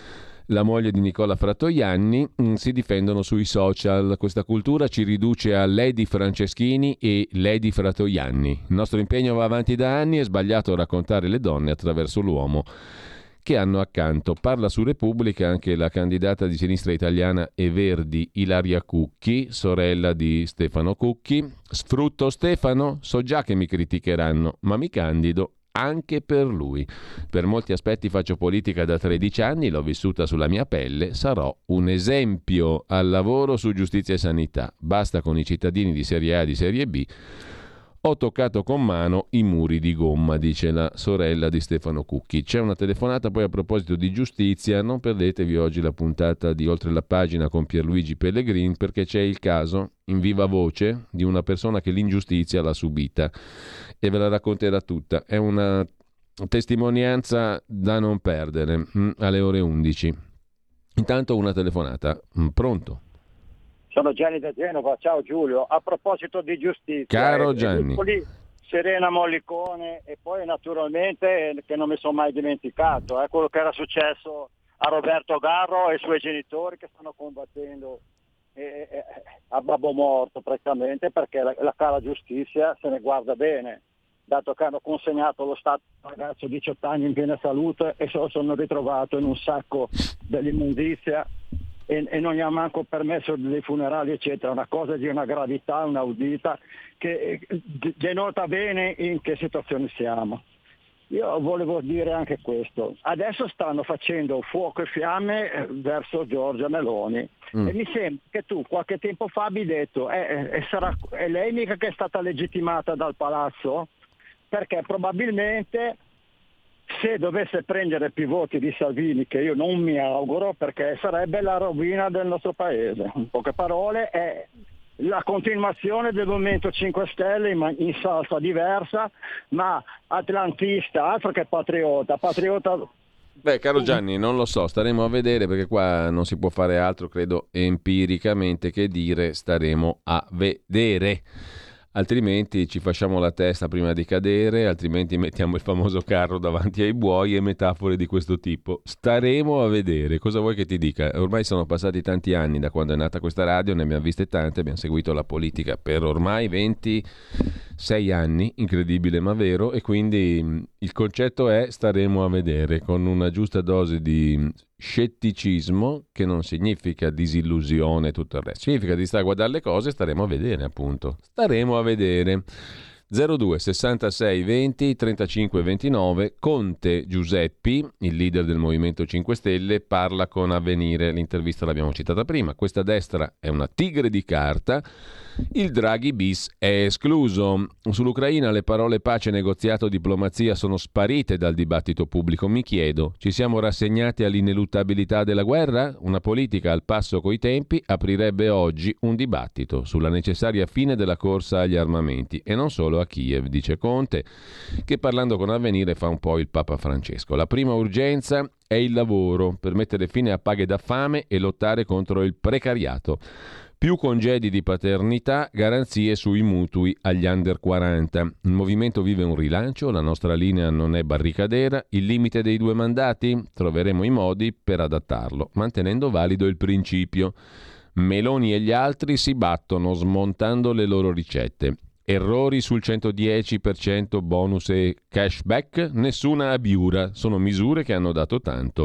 la moglie di Nicola Frattoianni, si difendono sui social. Questa cultura ci riduce a Lady Franceschini e Lady Frattoianni. Il nostro impegno va avanti da anni, è sbagliato raccontare le donne attraverso l'uomo che hanno accanto. Parla su Repubblica anche la candidata di Sinistra Italiana e Verdi, Ilaria Cucchi, sorella di Stefano Cucchi. Sfrutto Stefano? So già che mi criticheranno, ma mi candido anche per lui. Per molti aspetti faccio politica da 13 anni, l'ho vissuta sulla mia pelle, sarò un esempio al lavoro su giustizia e sanità. Basta con i cittadini di serie A e di serie B. Ho toccato con mano i muri di gomma, dice la sorella di Stefano Cucchi. C'è una telefonata poi a proposito di giustizia, non perdetevi oggi la puntata di Oltre la Pagina con Pierluigi Pellegrin, perché c'è il caso in viva voce di una persona che l'ingiustizia l'ha subita e ve la racconterà tutta. È una testimonianza da non perdere, alle ore 11. Intanto una telefonata. Pronto? Sono Gianni da Genova, ciao Giulio. A proposito di giustizia, caro Gianni, Serena Mollicone e poi naturalmente, che non mi sono mai dimenticato, quello che era successo a Roberto Garro e ai suoi genitori che stanno combattendo a babbo morto praticamente, perché la cara giustizia se ne guarda bene, dato che hanno consegnato lo Stato a un ragazzo di 18 anni in piena salute e se lo sono ritrovato in un sacco dell'immondizia e non gli ha manco permesso dei funerali eccetera. Una cosa di una gravità inaudita che denota bene in che situazione siamo. Io volevo dire anche questo: adesso stanno facendo fuoco e fiamme verso Giorgia Meloni e mi sembra che tu qualche tempo fa abbia detto è lei mica che è stata legittimata dal palazzo, perché probabilmente se dovesse prendere più voti di Salvini, che io non mi auguro, perché sarebbe la rovina del nostro paese. In poche parole è la continuazione del Movimento 5 Stelle in salsa diversa, ma atlantista, altro che patriota. Beh, caro Gianni, non lo so, staremo a vedere, perché qua non si può fare altro, credo, empiricamente che dire staremo a vedere. Altrimenti ci facciamo la testa prima di cadere, altrimenti mettiamo il famoso carro davanti ai buoi e metafore di questo tipo. Staremo a vedere. Cosa vuoi che ti dica? Ormai sono passati tanti anni da quando è nata questa radio, ne abbiamo viste tante, abbiamo seguito la politica per ormai 26 anni, incredibile ma vero, e quindi il concetto è staremo a vedere, con una giusta dose di scetticismo, che non significa disillusione e tutto il resto, significa di stare a guardare le cose e staremo a vedere, appunto. Staremo a vedere. 02 66 20 35 29. Conte Giuseppi, il leader del Movimento 5 Stelle, parla con Avvenire. L'intervista l'abbiamo citata prima. Questa destra è una tigre di carta. Il Draghi bis è escluso. Sull'Ucraina le parole pace, negoziato, diplomazia sono sparite dal dibattito pubblico. Mi chiedo, ci siamo rassegnati all'ineluttabilità della guerra? Una politica al passo coi tempi aprirebbe oggi un dibattito sulla necessaria fine della corsa agli armamenti e non solo a Kiev, dice Conte, che parlando con Avvenire fa un po' il Papa Francesco. La prima urgenza è il lavoro per mettere fine a paghe da fame e lottare contro il precariato. Più congedi di paternità, garanzie sui mutui agli under 40. Il movimento vive un rilancio, la nostra linea non è barricadera, il limite dei 2 mandati? Troveremo i modi per adattarlo, mantenendo valido il principio. Meloni e gli altri si battono smontando le loro ricette. Errori sul 110% bonus e cashback? Nessuna abiura, sono misure che hanno dato tanto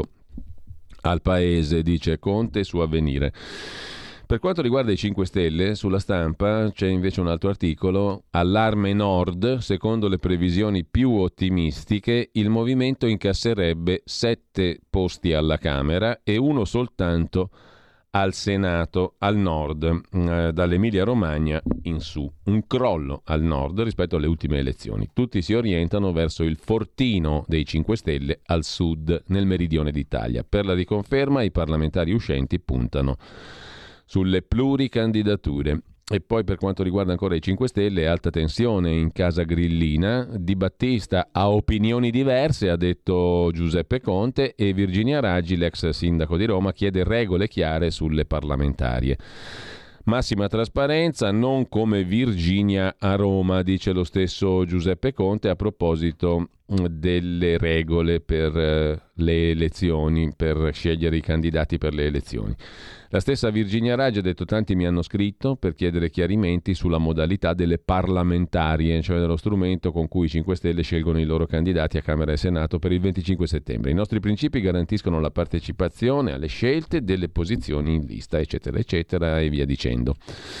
al paese, dice Conte su Avvenire. Per quanto riguarda i 5 Stelle, sulla Stampa c'è invece un altro articolo. Allarme Nord, secondo le previsioni più ottimistiche, il movimento incasserebbe 7 posti alla Camera e 1 soltanto al Senato, al Nord, dall'Emilia Romagna in su. Un crollo al Nord rispetto alle ultime elezioni. Tutti si orientano verso il fortino dei 5 Stelle al Sud, nel meridione d'Italia. Per la riconferma i parlamentari uscenti puntano sulle pluricandidature. E poi per quanto riguarda ancora i 5 Stelle, alta tensione in casa grillina. Di Battista ha opinioni diverse, ha detto Giuseppe Conte, e Virginia Raggi, l'ex sindaco di Roma, chiede regole chiare sulle parlamentarie. Massima trasparenza, non come Virginia a Roma, dice lo stesso Giuseppe Conte a proposito delle regole per le elezioni, per scegliere i candidati per le elezioni. La stessa Virginia Raggi ha detto: tanti mi hanno scritto per chiedere chiarimenti sulla modalità delle parlamentarie, cioè dello strumento con cui i 5 Stelle scelgono i loro candidati a Camera e Senato per il 25 settembre. I nostri principi garantiscono la partecipazione alle scelte delle posizioni in lista, eccetera, eccetera, e via dicendo.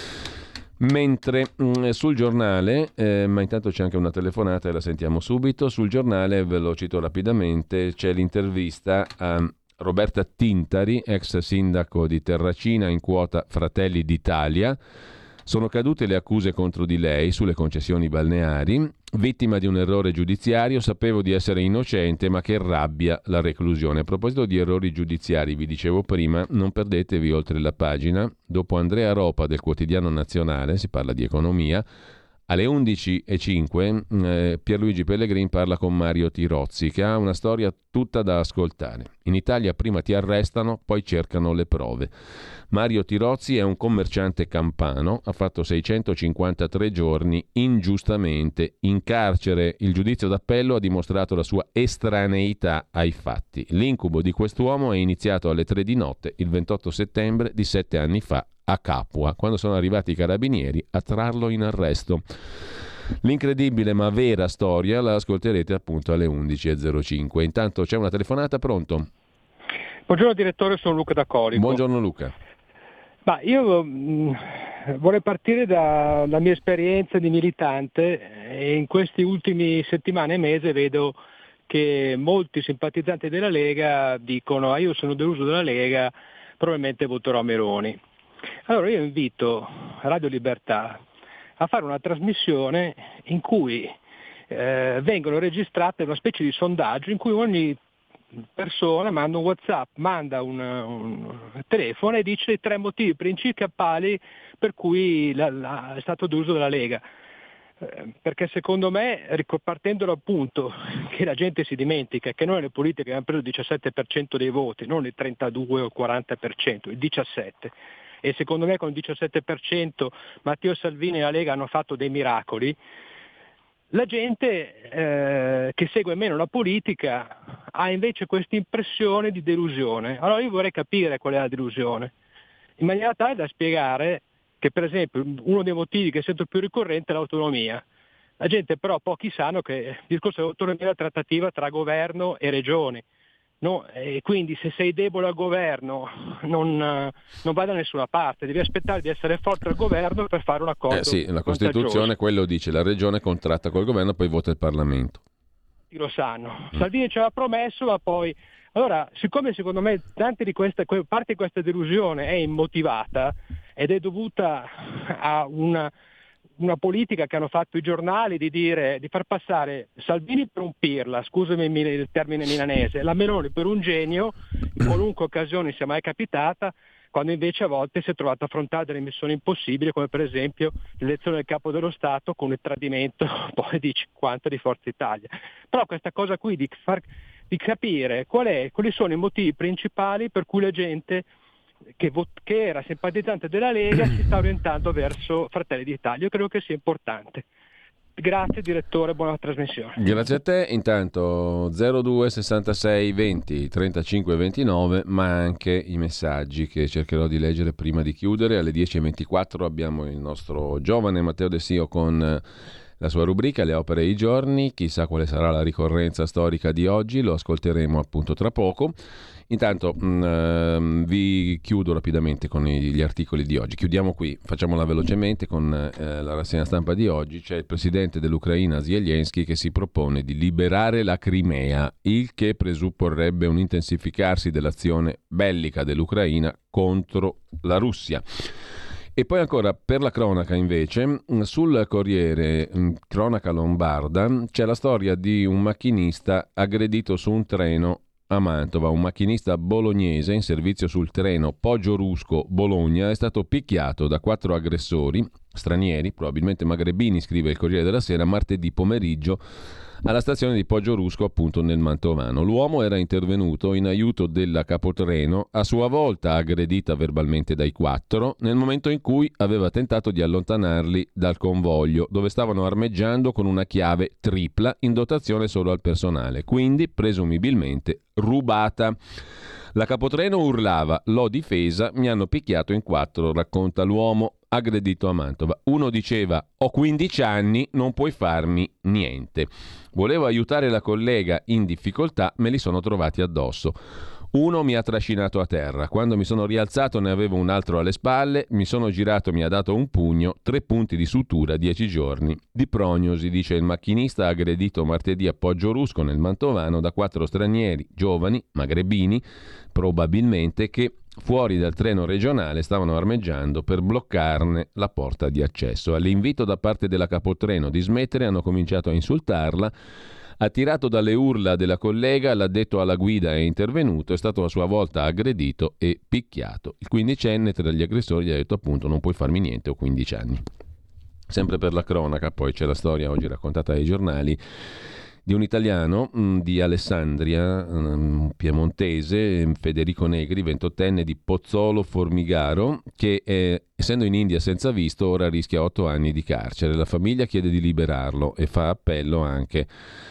Mentre sul giornale, ma intanto c'è anche una telefonata e la sentiamo subito, sul giornale, ve lo cito rapidamente, c'è l'intervista a Roberta Tintari, ex sindaco di Terracina in quota Fratelli d'Italia. Sono cadute le accuse contro di lei sulle concessioni balneari. Vittima di un errore giudiziario, sapevo di essere innocente, ma che rabbia la reclusione. A proposito di errori giudiziari, vi dicevo prima, non perdetevi oltre la pagina. Dopo Andrea Ropa del Quotidiano Nazionale, si parla di economia, alle 11:05 Pierluigi Pellegrin parla con Mario Tirozzi, che ha una storia tutta da ascoltare. In Italia prima ti arrestano, poi cercano le prove. Mario Tirozzi è un commerciante campano, ha fatto 653 giorni ingiustamente in carcere. Il giudizio d'appello ha dimostrato la sua estraneità ai fatti. L'incubo di quest'uomo è iniziato alle 3 di notte il 28 settembre di 7 anni fa a Capua, quando sono arrivati i carabinieri a trarlo in arresto. L'incredibile ma vera storia la ascolterete appunto alle 11:05. Intanto c'è una telefonata, pronto? Buongiorno direttore, sono Luca da Colico. Buongiorno Luca. Ma io vorrei partire dalla mia esperienza di militante e in questi ultimi settimane e mesi vedo che molti simpatizzanti della Lega dicono: io sono deluso dalla Lega, probabilmente voterò Meloni. Allora io invito Radio Libertà a fare una trasmissione in cui vengono registrate una specie di sondaggio in cui ogni persona manda un WhatsApp, manda un telefono e dice i 3 motivi principali per cui è stato d'uso della Lega. Perché secondo me, partendo dal punto che la gente si dimentica che noi nelle politiche abbiamo preso il 17% dei voti, non il 32 o il 40%, il 17%. E secondo me con il 17% Matteo Salvini e la Lega hanno fatto dei miracoli. La gente che segue meno la politica ha invece questa impressione di delusione. Allora io vorrei capire qual è la delusione, in maniera tale da spiegare che per esempio uno dei motivi che sento più ricorrente è l'autonomia. La gente però, pochi sanno che il discorso dell'autonomia è la trattativa tra governo e regioni. No, e quindi se sei debole al governo non vai da nessuna parte, devi aspettare di essere forte al governo per fare un accordo. Sì, la Costituzione quello dice, la regione contratta col governo, poi vota il Parlamento. Lo sanno. Salvini ci aveva promesso, ma poi... Allora, siccome secondo me parte di questa delusione è immotivata ed è dovuta a una politica che hanno fatto i giornali di far passare Salvini per un pirla, scusami il termine milanese, la Meloni per un genio, in qualunque occasione sia mai capitata, quando invece a volte si è trovato a affrontare delle missioni impossibili, come per esempio l'elezione del capo dello Stato con il tradimento poi di 50 di Forza Italia. Però questa cosa qui di capire quali sono i motivi principali per cui la gente che era simpatizzante della Lega si sta orientando verso Fratelli d'Italia. Io credo che sia importante. Grazie direttore, buona trasmissione. Grazie a te. Intanto 02 66 20 35 29, ma anche i messaggi che cercherò di leggere prima di chiudere. Alle 10:24 abbiamo il nostro giovane Matteo De Sio con la sua rubrica Le opere e i giorni. Chissà quale sarà la ricorrenza storica di oggi, lo ascolteremo appunto tra poco. Intanto vi chiudo rapidamente con gli articoli di oggi. Chiudiamo qui, facciamola velocemente con la rassegna stampa di oggi. C'è il presidente dell'Ucraina Zelensky che si propone di liberare la Crimea, il che presupporrebbe un intensificarsi dell'azione bellica dell'Ucraina contro la Russia. E poi ancora per la cronaca invece, sul Corriere, cronaca lombarda, c'è la storia di un macchinista aggredito su un treno a Mantova. Un macchinista bolognese in servizio sul treno Poggio-Rusco-Bologna è stato picchiato da 4 aggressori stranieri, probabilmente magrebini, scrive il Corriere della Sera, martedì pomeriggio alla stazione di Poggio-Rusco, appunto nel Mantovano. L'uomo era intervenuto in aiuto della capotreno, a sua volta aggredita verbalmente dai 4, nel momento in cui aveva tentato di allontanarli dal convoglio, dove stavano armeggiando con una chiave tripla in dotazione solo al personale, quindi presumibilmente rubata. La capotreno urlava: "L'ho difesa, mi hanno picchiato in 4", racconta l'uomo aggredito a Mantova. Uno diceva: "Ho 15 anni, non puoi farmi niente". Volevo aiutare la collega in difficoltà, me li sono trovati addosso. Uno mi ha trascinato a terra. Quando mi sono rialzato ne avevo un altro alle spalle, mi sono girato, mi ha dato un pugno, 3 punti di sutura, 10 giorni di prognosi, dice il macchinista aggredito martedì a Poggio-Rusco nel Mantovano da 4 stranieri, giovani, magrebini, probabilmente, che fuori dal treno regionale stavano armeggiando per bloccarne la porta di accesso. All'invito da parte della capotreno di smettere hanno cominciato a insultarla. Attirato dalle urla della collega, l'addetto alla guida è intervenuto, è stato a sua volta aggredito e picchiato. Il 15enne tra gli aggressori ha detto appunto: "Non puoi farmi niente, ho 15 anni". Sempre per la cronaca, poi c'è la storia oggi raccontata dai giornali di un italiano di Alessandria, piemontese, Federico Negri, 28enne di Pozzolo Formigaro, che essendo in India senza visto ora rischia 8 anni di carcere. La famiglia chiede di liberarlo e fa appello anche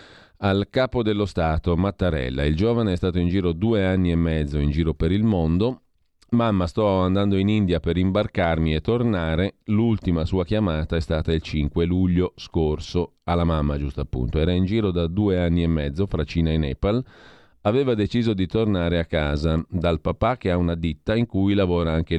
al capo dello Stato, Mattarella. Il giovane è stato in giro 2 anni e mezzo in giro per il mondo. "Mamma, sto andando in India per imbarcarmi e tornare". L'ultima sua chiamata è stata il 5 luglio scorso, alla mamma giusto appunto. Era in giro da 2 anni e mezzo fra Cina e Nepal. Aveva deciso di tornare a casa dal papà che ha una ditta in cui lavorava anche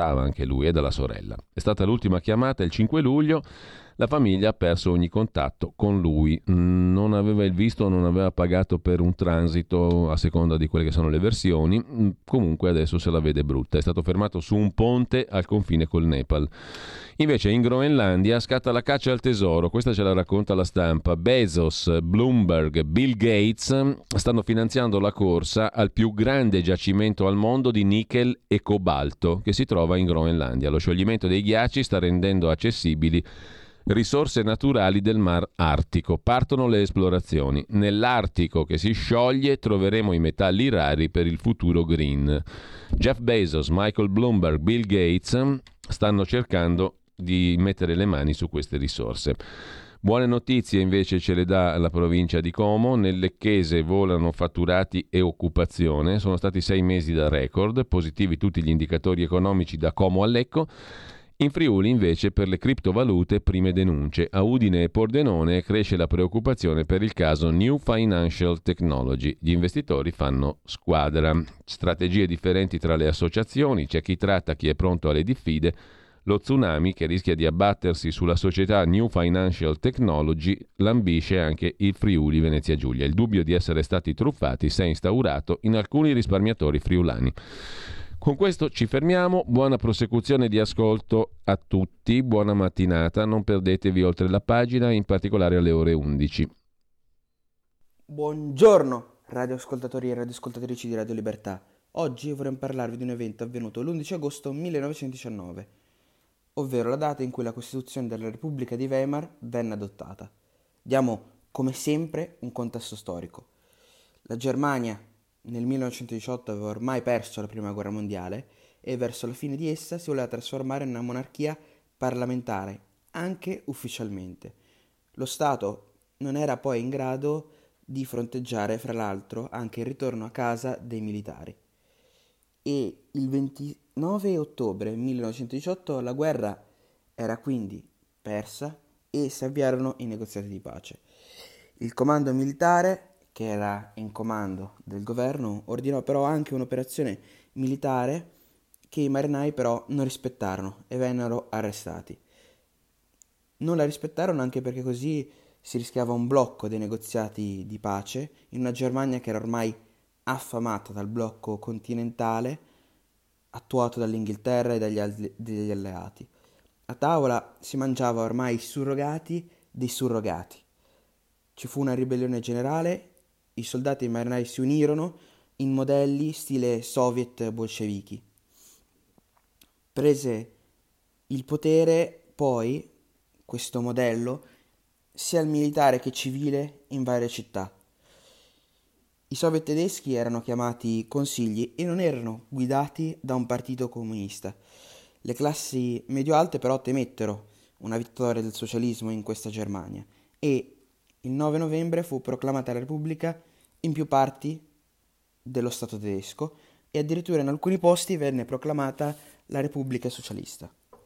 lui e dalla sorella. È stata l'ultima chiamata il 5 luglio. La famiglia ha perso ogni contatto con lui, non aveva il visto, non aveva pagato per un transito a seconda di quelle che sono le versioni, comunque adesso se la vede brutta. È stato fermato su un ponte al confine col Nepal. Invece in Groenlandia scatta la caccia al tesoro, questa ce la racconta La Stampa. Bezos, Bloomberg, Bill Gates stanno finanziando la corsa al più grande giacimento al mondo di nickel e cobalto che si trova in Groenlandia. Lo scioglimento dei ghiacci sta rendendo accessibili risorse naturali del Mar Artico. Partono le esplorazioni. Nell'Artico che si scioglie troveremo i metalli rari per il futuro green. Jeff Bezos, Michael Bloomberg, Bill Gates stanno cercando di mettere le mani su queste risorse. Buone notizie invece ce le dà la provincia di Como. Nel Lecchese volano fatturati e occupazione. Sono stati 6 mesi da record, positivi tutti gli indicatori economici da Como a Lecco. In Friuli invece per le criptovalute prime denunce. A Udine e Pordenone cresce la preoccupazione per il caso New Financial Technology. Gli investitori fanno squadra. Strategie differenti tra le associazioni, c'è chi tratta, chi è pronto alle diffide. Lo tsunami che rischia di abbattersi sulla società New Financial Technology lambisce anche il Friuli Venezia Giulia. Il dubbio di essere stati truffati si è instaurato in alcuni risparmiatori friulani. Con questo ci fermiamo, buona prosecuzione di ascolto a tutti, buona mattinata, non perdetevi oltre la pagina, in particolare alle ore 11. Buongiorno radioascoltatori e radioascoltatrici di Radio Libertà. Oggi vorremmo parlarvi di un evento avvenuto l'11 agosto 1919, ovvero la data in cui la Costituzione della Repubblica di Weimar venne adottata. Diamo, come sempre, un contesto storico. La Germania nel 1918 aveva ormai perso la Prima Guerra Mondiale e verso la fine di essa si voleva trasformare in una monarchia parlamentare, anche ufficialmente. Lo Stato non era poi in grado di fronteggiare, fra l'altro, anche il ritorno a casa dei militari. E il 29 ottobre 1918 la guerra era quindi persa e si avviarono i negoziati di pace. Il comando militare, che era in comando del governo, ordinò però anche un'operazione militare che i marinai però non rispettarono e vennero arrestati. Non la rispettarono anche perché così si rischiava un blocco dei negoziati di pace in una Germania che era ormai affamata dal blocco continentale attuato dall'Inghilterra e degli alleati. A tavola si mangiava ormai i surrogati dei surrogati. Ci fu una ribellione generale. I soldati e i marinai si unirono in modelli stile soviet bolscevichi. Prese il potere poi questo modello sia il militare che civile in varie città. I soviet tedeschi erano chiamati consigli e non erano guidati da un partito comunista. Le classi medio-alte però temettero una vittoria del socialismo in questa Germania e il 9 novembre fu proclamata la Repubblica in più parti dello Stato tedesco e addirittura in alcuni posti venne proclamata la Repubblica Socialista.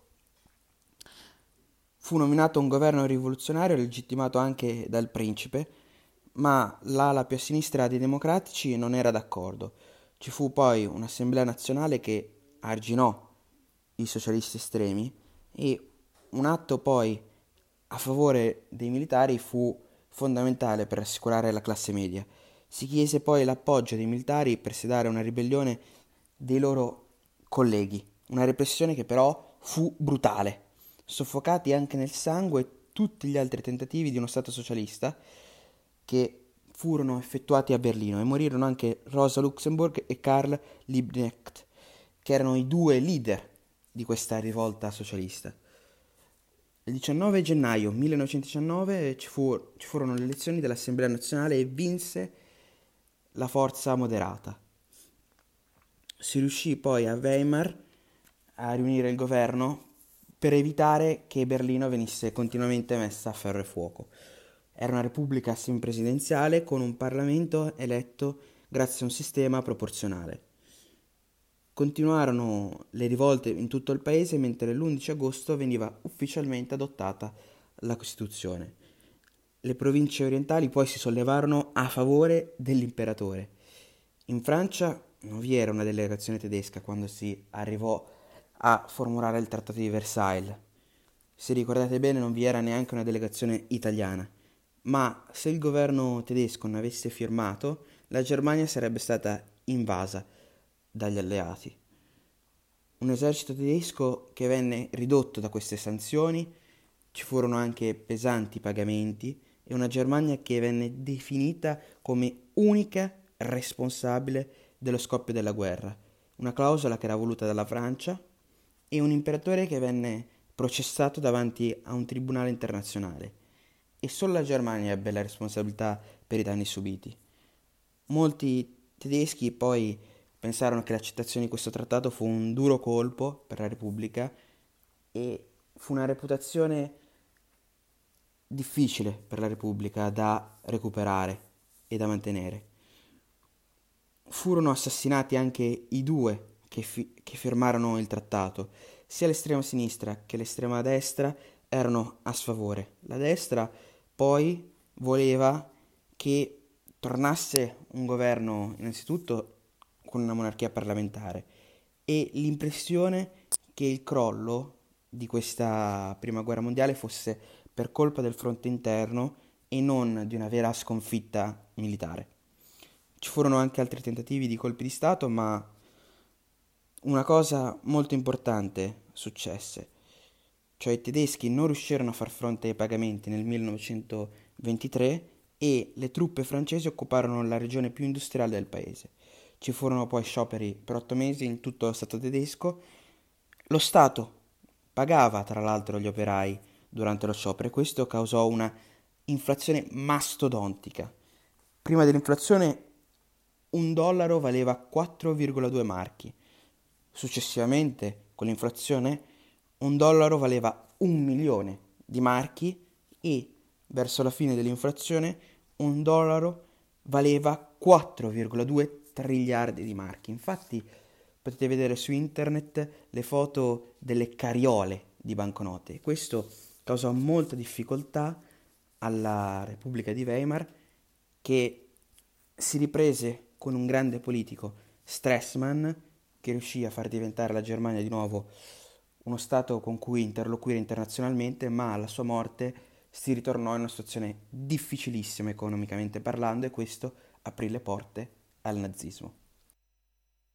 Fu nominato un governo rivoluzionario legittimato anche dal principe, ma l'ala più a sinistra dei democratici non era d'accordo. Ci fu poi un'assemblea nazionale che arginò i socialisti estremi e un atto poi a favore dei militari fu fondamentale per assicurare la classe media. Si chiese poi l'appoggio dei militari per sedare una ribellione dei loro colleghi, una repressione che però fu brutale. Soffocati anche nel sangue tutti gli altri tentativi di uno Stato socialista che furono effettuati a Berlino e morirono anche Rosa Luxemburg e Karl Liebknecht, che erano i due leader di questa rivolta socialista. Il 19 gennaio 1919 ci furono le elezioni dell'Assemblea nazionale e vinse la forza moderata. Si riuscì poi a Weimar a riunire il governo per evitare che Berlino venisse continuamente messa a ferro e fuoco. Era una repubblica semipresidenziale con un Parlamento eletto grazie a un sistema proporzionale. Continuarono le rivolte in tutto il paese mentre l'11 agosto veniva ufficialmente adottata la Costituzione. Le province orientali poi si sollevarono a favore dell'imperatore. In Francia non vi era una delegazione tedesca quando si arrivò a formulare il Trattato di Versailles. Se ricordate bene non vi era neanche una delegazione italiana, ma se il governo tedesco non avesse firmato, la Germania sarebbe stata invasa dagli alleati. Un esercito tedesco che venne ridotto da queste sanzioni, ci furono anche pesanti pagamenti e una Germania che venne definita come unica responsabile dello scoppio della guerra, una clausola che era voluta dalla Francia, e un imperatore che venne processato davanti a un tribunale internazionale. E solo la Germania ebbe la responsabilità per i danni subiti. Molti tedeschi poi pensarono che l'accettazione di questo trattato fu un duro colpo per la Repubblica e fu una reputazione difficile per la Repubblica da recuperare e da mantenere. Furono assassinati anche i due che firmarono il trattato, sia l'estrema sinistra che l'estrema destra erano a sfavore. La destra poi voleva che tornasse un governo innanzitutto con una monarchia parlamentare e l'impressione che il crollo di questa prima guerra mondiale fosse per colpa del fronte interno e non di una vera sconfitta militare. Ci furono anche altri tentativi di colpi di Stato, ma una cosa molto importante successe, cioè i tedeschi non riuscirono a far fronte ai pagamenti nel 1923 e le truppe francesi occuparono la regione più industriale del paese. Ci furono poi scioperi per 8 mesi in tutto lo Stato tedesco. Lo Stato pagava tra l'altro gli operai durante lo sciopero e questo causò una inflazione mastodontica. Prima dell'inflazione $1 valeva 4,2 marchi. Successivamente, con l'inflazione, $1 valeva 1 milione di marchi e verso la fine dell'inflazione $1 valeva 4,2 triliardi di marchi. Infatti potete vedere su internet le foto delle carriole di banconote. Questo causò molta difficoltà alla Repubblica di Weimar, che si riprese con un grande politico, Stresemann, che riuscì a far diventare la Germania di nuovo uno stato con cui interloquire internazionalmente, ma alla sua morte si ritornò in una situazione difficilissima economicamente parlando e questo aprì le porte al nazismo.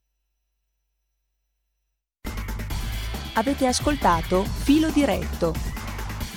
Avete ascoltato Filo Diretto.